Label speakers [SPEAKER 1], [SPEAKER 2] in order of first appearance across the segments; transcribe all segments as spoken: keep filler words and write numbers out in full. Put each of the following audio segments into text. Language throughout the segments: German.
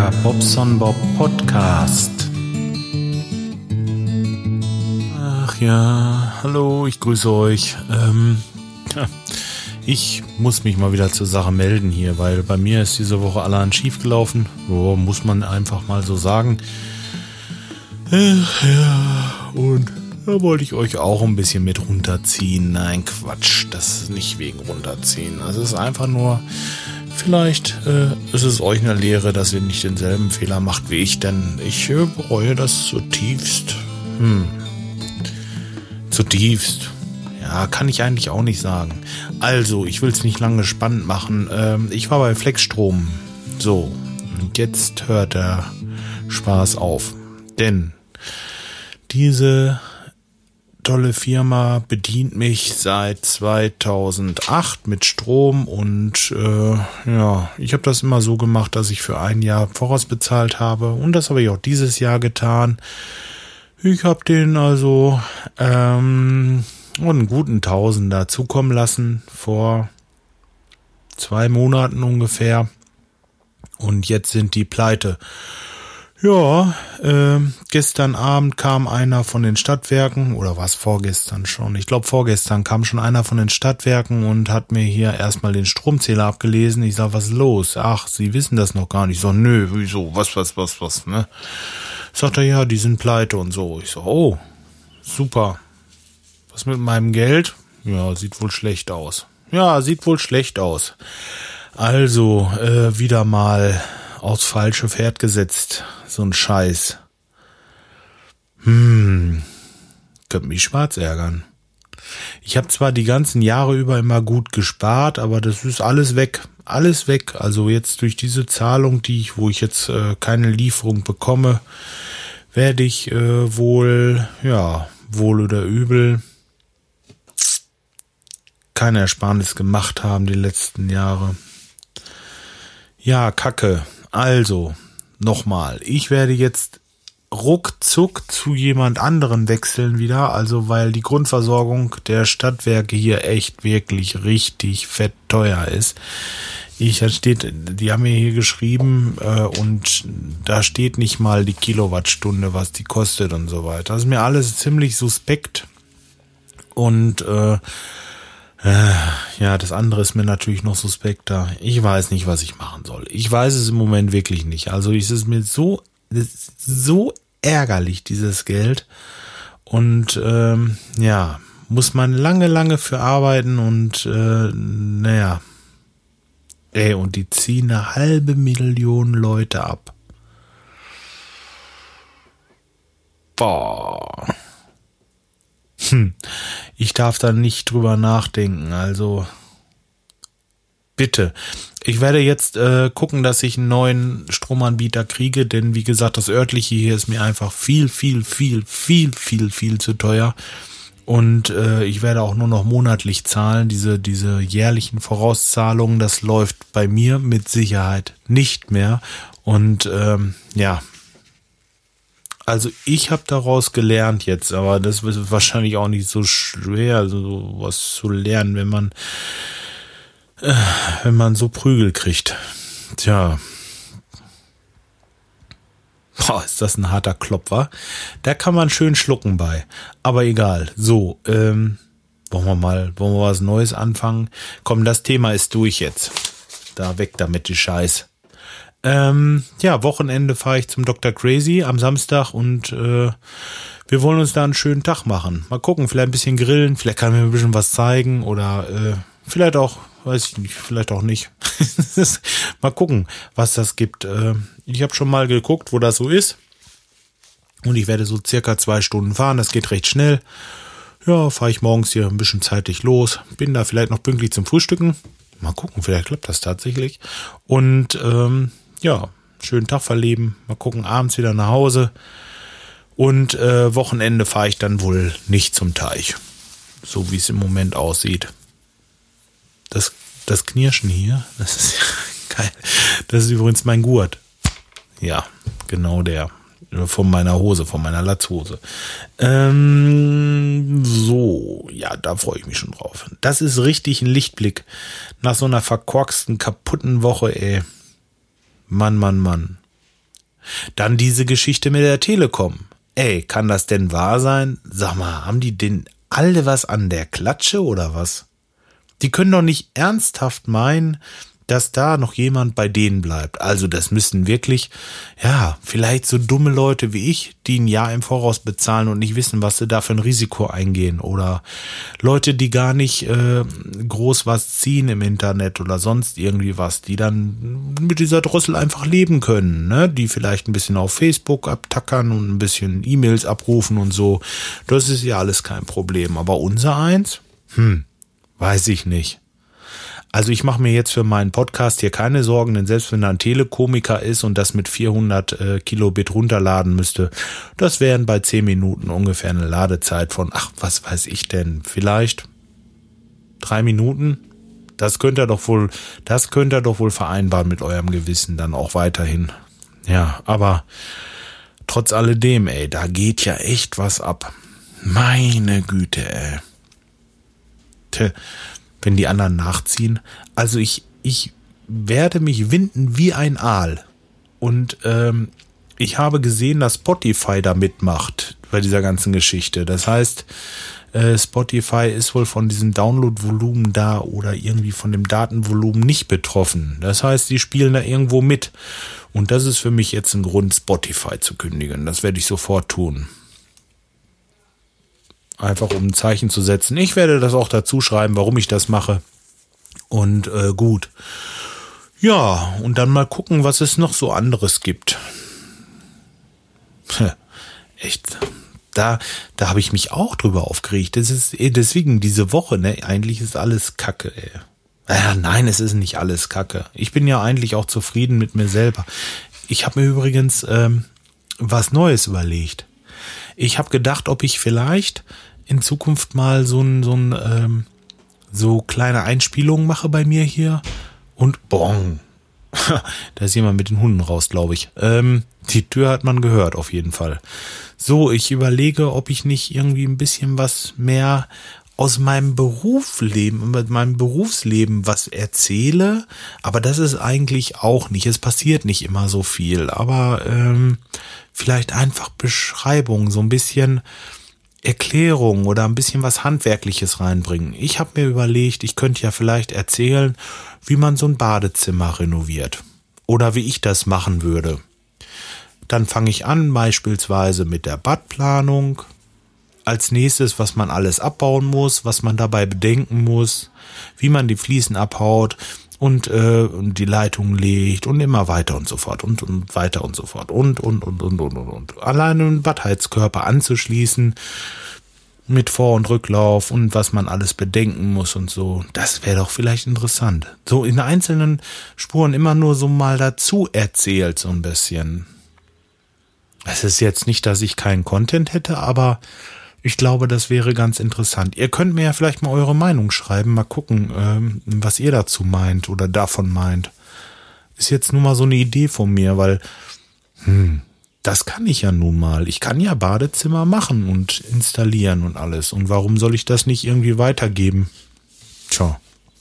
[SPEAKER 1] der Bobson Bob Podcast. Ach ja, hallo, ich grüße euch. Ähm, ja, ich muss mich mal wieder zur Sache melden hier, weil bei mir ist diese Woche allerhand schief gelaufen. Oh, muss man einfach mal so sagen. Äh, ja, und da wollte ich euch auch ein bisschen mit runterziehen. Nein, Quatsch, das ist nicht wegen runterziehen. Das ist einfach nur, vielleicht äh, ist es euch eine Lehre, dass ihr nicht denselben Fehler macht wie ich, denn ich äh, bereue das zutiefst. Hm. Zutiefst. Ja, kann ich eigentlich auch nicht sagen. Also, ich will es nicht lange spannend machen. Ähm, ich war bei Flexstrom. So, und jetzt hört der Spaß auf. Denn diese tolle Firma bedient mich seit zweitausendacht mit Strom und äh, ja, ich habe das immer so gemacht, dass ich für ein Jahr vorausbezahlt habe und das habe ich auch dieses Jahr getan. Ich habe den also ähm, einen guten Tausender zukommen lassen vor zwei Monaten ungefähr und jetzt sind die pleite. Ja, äh, gestern Abend kam einer von den Stadtwerken, oder was vorgestern schon? Ich glaube vorgestern kam schon einer von den Stadtwerken und hat mir hier erstmal den Stromzähler abgelesen. Ich sag, was ist los? Ach, Sie wissen das noch gar nicht. Ich so, nö, wieso? Was, was, was, was, ne? Sagt er, ja, die sind pleite und so. Ich so, oh, super. Was mit meinem Geld? Ja, sieht wohl schlecht aus. Ja, sieht wohl schlecht aus. Also, äh, wieder mal aufs falsche Pferd gesetzt. So ein Scheiß. Hm. Könnte mich schwarz ärgern. Ich habe zwar die ganzen Jahre über immer gut gespart, aber das ist alles weg. Alles weg. Also jetzt durch diese Zahlung, die ich, wo ich jetzt äh, keine Lieferung bekomme, werde ich äh, wohl, ja, wohl oder übel keine Ersparnis gemacht haben die letzten Jahre. Ja, Kacke. Also, nochmal, ich werde jetzt ruckzuck zu jemand anderen wechseln wieder, also weil die Grundversorgung der Stadtwerke hier echt wirklich richtig fett teuer ist. Ich, da steht, die haben mir hier geschrieben äh, und da steht nicht mal die Kilowattstunde, was die kostet und so weiter. Das ist mir alles ziemlich suspekt und äh, ja, das andere ist mir natürlich noch suspekter. Ich weiß nicht, was ich machen soll. Ich weiß es im Moment wirklich nicht. Also es ist mir so, so ärgerlich, dieses Geld. Und ähm, ja, muss man lange, lange für arbeiten und äh, naja. Ey, und die ziehen eine halbe Million Leute ab. Boah. Hm. Ich darf da nicht drüber nachdenken, also bitte. Ich werde jetzt äh, gucken, dass ich einen neuen Stromanbieter kriege, denn wie gesagt, das örtliche hier ist mir einfach viel, viel, viel, viel, viel, viel zu teuer und äh, ich werde auch nur noch monatlich zahlen. Diese, diese jährlichen Vorauszahlungen, das läuft bei mir mit Sicherheit nicht mehr und ähm, ja, also ich habe daraus gelernt jetzt, aber das ist wahrscheinlich auch nicht so schwer, so was zu lernen, wenn man äh, wenn man so Prügel kriegt. Tja, boah, ist das ein harter Klopfer. Da kann man schön schlucken bei, aber egal. So, ähm, wollen wir mal, wollen wir was Neues anfangen? Komm, das Thema ist durch jetzt. Da weg damit die Scheiß. Ähm, ja, Wochenende fahre ich zum Doktor Crazy am Samstag und äh, wir wollen uns da einen schönen Tag machen. Mal gucken, vielleicht ein bisschen grillen, vielleicht kann mir ein bisschen was zeigen oder äh, vielleicht auch, weiß ich nicht, vielleicht auch nicht. Mal gucken, was das gibt. Äh, ich habe schon mal geguckt, wo das so ist und ich werde so circa zwei Stunden fahren, das geht recht schnell. Ja, fahre ich morgens hier ein bisschen zeitig los, bin da vielleicht noch pünktlich zum Frühstücken. Mal gucken, vielleicht klappt das tatsächlich. Und ähm, ja, schönen Tag verleben. Mal gucken, abends wieder nach Hause. Und äh, Wochenende fahre ich dann wohl nicht zum Teich. So wie es im Moment aussieht. Das, das Knirschen hier, das ist ja geil. Das ist übrigens mein Gurt. Ja, genau der. Von meiner Hose, von meiner Latzhose. Ähm, so, ja, da freue ich mich schon drauf. Das ist richtig ein Lichtblick. Nach so einer verkorksten, kaputten Woche, ey. Mann, Mann, Mann. Dann diese Geschichte mit der Telekom. Ey, kann das denn wahr sein? Sag mal, haben die denn alle was an der Klatsche oder was? Die können doch nicht ernsthaft meinen, dass da noch jemand bei denen bleibt. Also das müssen wirklich, ja, vielleicht so dumme Leute wie ich, die ein Jahr im Voraus bezahlen und nicht wissen, was sie da für ein Risiko eingehen. Oder Leute, die gar nicht äh, groß was ziehen im Internet oder sonst irgendwie was, die dann mit dieser Drossel einfach leben können, ne? Die vielleicht ein bisschen auf Facebook abtackern und ein bisschen E-Mails abrufen und so. Das ist ja alles kein Problem. Aber unser eins? Hm, weiß ich nicht. Also ich mache mir jetzt für meinen Podcast hier keine Sorgen, denn selbst wenn da ein Telekomiker ist und das mit vierhundert äh, Kilobit runterladen müsste, das wären bei zehn Minuten ungefähr eine Ladezeit von, ach, was weiß ich denn, vielleicht drei Minuten? Das könnt ihr doch wohl, das könnt ihr doch wohl vereinbaren mit eurem Gewissen dann auch weiterhin. Ja, aber trotz alledem, ey, da geht ja echt was ab. Meine Güte, ey. Tja. Wenn die anderen nachziehen. Also ich, ich werde mich winden wie ein Aal. Und ähm, ich habe gesehen, dass Spotify da mitmacht bei dieser ganzen Geschichte. Das heißt, äh, Spotify ist wohl von diesem Downloadvolumen da oder irgendwie von dem Datenvolumen nicht betroffen. Das heißt, die spielen da irgendwo mit. Und das ist für mich jetzt ein Grund, Spotify zu kündigen. Das werde ich sofort tun. Einfach um ein Zeichen zu setzen. Ich werde das auch dazu schreiben, warum ich das mache. Und äh, gut. Ja, und dann mal gucken, was es noch so anderes gibt. Echt, da, da habe ich mich auch drüber aufgeregt. Das ist deswegen diese Woche, ne? Eigentlich ist alles Kacke, ey. Äh, nein, es ist nicht alles Kacke. Ich bin ja eigentlich auch zufrieden mit mir selber. Ich habe mir übrigens ähm, was Neues überlegt. Ich habe gedacht, ob ich vielleicht in Zukunft mal so ein, so ein, ähm, so kleine Einspielungen mache bei mir hier und bong. Da ist jemand mit den Hunden raus, glaube ich. Ähm, die Tür hat man gehört, auf jeden Fall. So, ich überlege, ob ich nicht irgendwie ein bisschen was mehr aus meinem Berufsleben, mit meinem Berufsleben was erzähle, aber das ist eigentlich auch nicht, es passiert nicht immer so viel, aber ähm, vielleicht einfach Beschreibung, so ein bisschen Erklärung oder ein bisschen was Handwerkliches reinbringen. Ich habe mir überlegt, ich könnte ja vielleicht erzählen, wie man so ein Badezimmer renoviert oder wie ich das machen würde. Dann fange ich an beispielsweise mit der Badplanung. Als nächstes, was man alles abbauen muss, was man dabei bedenken muss, wie man die Fliesen abhaut und, äh, und die Leitung legt und immer weiter und so fort und, und weiter und so fort und, und, und, und, und, und, und. Allein einen Badheizkörper anzuschließen mit Vor- und Rücklauf und was man alles bedenken muss und so, das wäre doch vielleicht interessant. So in einzelnen Spuren immer nur so mal dazu erzählt, so ein bisschen. Es ist jetzt nicht, dass ich keinen Content hätte, aber ich glaube, das wäre ganz interessant. Ihr könnt mir ja vielleicht mal eure Meinung schreiben, mal gucken, ähm, was ihr dazu meint oder davon meint. Ist jetzt nur mal so eine Idee von mir, weil, hm, das kann ich ja nun mal. Ich kann ja Badezimmer machen und installieren und alles. Und warum soll ich das nicht irgendwie weitergeben? Tja.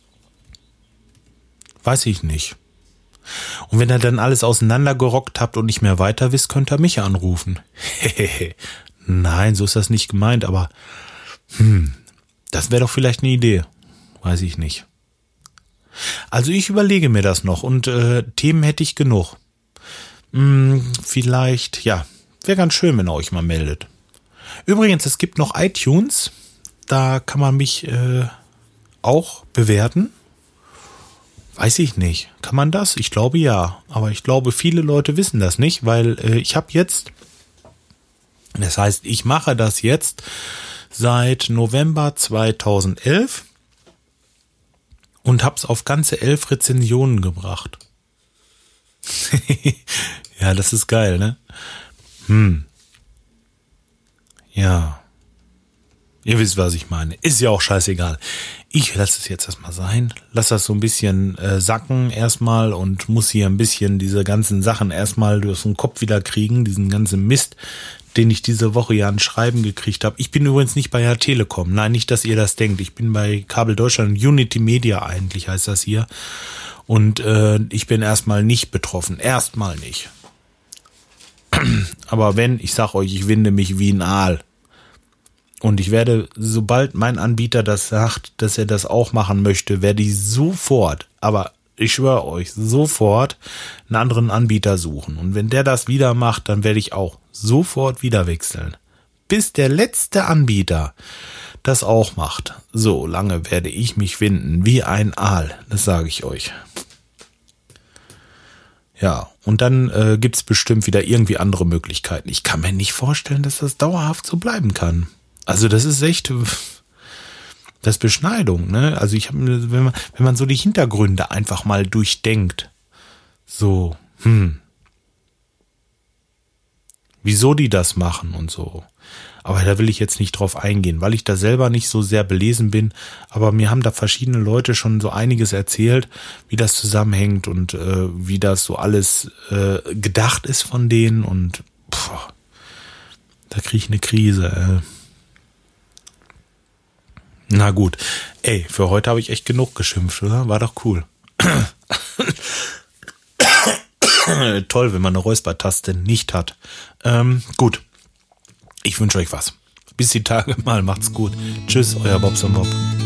[SPEAKER 1] Weiß ich nicht. Und wenn ihr dann alles auseinandergerockt habt und nicht mehr weiter wisst, könnt ihr mich anrufen. Hehehe. Nein, so ist das nicht gemeint, aber hm, das wäre doch vielleicht eine Idee. Weiß ich nicht. Also ich überlege mir das noch und äh, Themen hätte ich genug. Hm, vielleicht, ja, wäre ganz schön, wenn ihr euch mal meldet. Übrigens, es gibt noch iTunes, da kann man mich äh, auch bewerten. Weiß ich nicht. Kann man das? Ich glaube ja. Aber ich glaube, viele Leute wissen das nicht, weil äh, ich habe jetzt... Das heißt, ich mache das jetzt seit November zweitausendelf und hab's auf ganze elf Rezensionen gebracht. Ja, das ist geil, ne? Hm. Ja. Ihr wisst, was ich meine. Ist ja auch scheißegal. Ich lasse es jetzt erstmal sein. Lass das so ein bisschen äh, sacken erstmal und muss hier ein bisschen diese ganzen Sachen erstmal durch den Kopf wieder kriegen, diesen ganzen Mist, den ich diese Woche ja an Schreiben gekriegt habe. Ich bin übrigens nicht bei der Telekom. Nein, nicht, dass ihr das denkt. Ich bin bei Kabel Deutschland, Unity Media eigentlich heißt das hier. Und äh, ich bin erstmal nicht betroffen. Erstmal nicht. Aber wenn, ich sag euch, ich winde mich wie ein Aal. Und ich werde, sobald mein Anbieter das sagt, dass er das auch machen möchte, werde ich sofort, aber ich schwöre euch, sofort einen anderen Anbieter suchen. Und wenn der das wieder macht, dann werde ich auch sofort wieder wechseln. Bis der letzte Anbieter das auch macht. So lange werde ich mich winden wie ein Aal, das sage ich euch. Ja, und dann äh, gibt's bestimmt wieder irgendwie andere Möglichkeiten. Ich kann mir nicht vorstellen, dass das dauerhaft so bleiben kann. Also das ist echt, das ist Beschneidung, ne? Also ich habe, wenn man, wenn man so die Hintergründe einfach mal durchdenkt, so, hm, wieso die das machen und so. Aber da will ich jetzt nicht drauf eingehen, weil ich da selber nicht so sehr belesen bin. Aber mir haben da verschiedene Leute schon so einiges erzählt, wie das zusammenhängt und äh, wie das so alles äh, gedacht ist von denen. Und pff, da kriege ich eine Krise. Äh. Na gut. Ey, für heute habe ich echt genug geschimpft, oder? War doch cool. Toll, wenn man eine Räuspertaste nicht hat. Ähm, gut. Ich wünsche euch was. Bis die Tage mal. Macht's gut. Tschüss, euer Bobs und Bob.